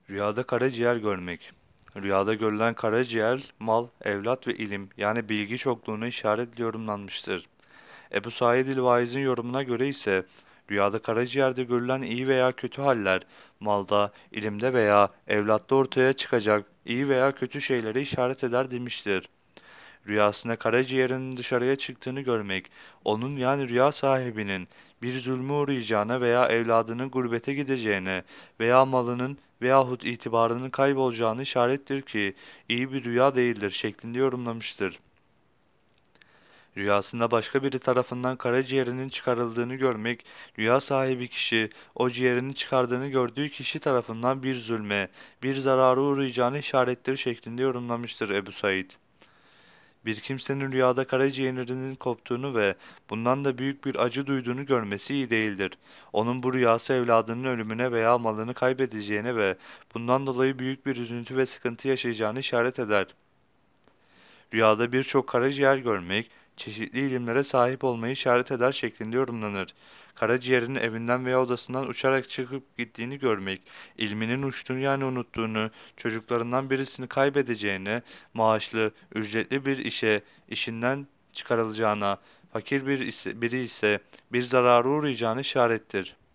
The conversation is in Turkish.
Rüyada karaciğer görmek. Rüyada görülen karaciğer, mal, evlat ve ilim yani bilgi çokluğunu işaretli yorumlanmıştır. Ebu Said el-Vaiz'in yorumuna göre ise rüyada karaciğerde görülen iyi veya kötü haller, malda, ilimde veya evlatta ortaya çıkacak iyi veya kötü şeyleri işaret eder demiştir. Rüyasında karaciğerinin dışarıya çıktığını görmek, onun yani rüya sahibinin bir zulme uğrayacağına veya evladının gurbete gideceğine veya malının veyahut itibarının kaybolacağını işarettir ki iyi bir rüya değildir şeklinde yorumlamıştır. Rüyasında başka biri tarafından karaciğerinin çıkarıldığını görmek, rüya sahibi kişi o ciğerini çıkardığını gördüğü kişi tarafından bir zulme, bir zarara uğrayacağını işarettir şeklinde yorumlamıştır Ebu Said. Bir kimsenin rüyada karaciğerinin koptuğunu ve bundan da büyük bir acı duyduğunu görmesi iyi değildir. Onun bu rüyası evladının ölümüne veya malını kaybedeceğine ve bundan dolayı büyük bir üzüntü ve sıkıntı yaşayacağını işaret eder. Rüyada birçok karaciğer görmek, çeşitli ilimlere sahip olmayı işaret eder şeklinde yorumlanır. Karaciğerin evinden veya odasından uçarak çıkıp gittiğini görmek, ilminin uçtuğunu yani unuttuğunu, çocuklarından birisini kaybedeceğine, maaşlı, ücretli bir işinden çıkarılacağına, fakir biri ise bir zarara uğrayacağını işarettir.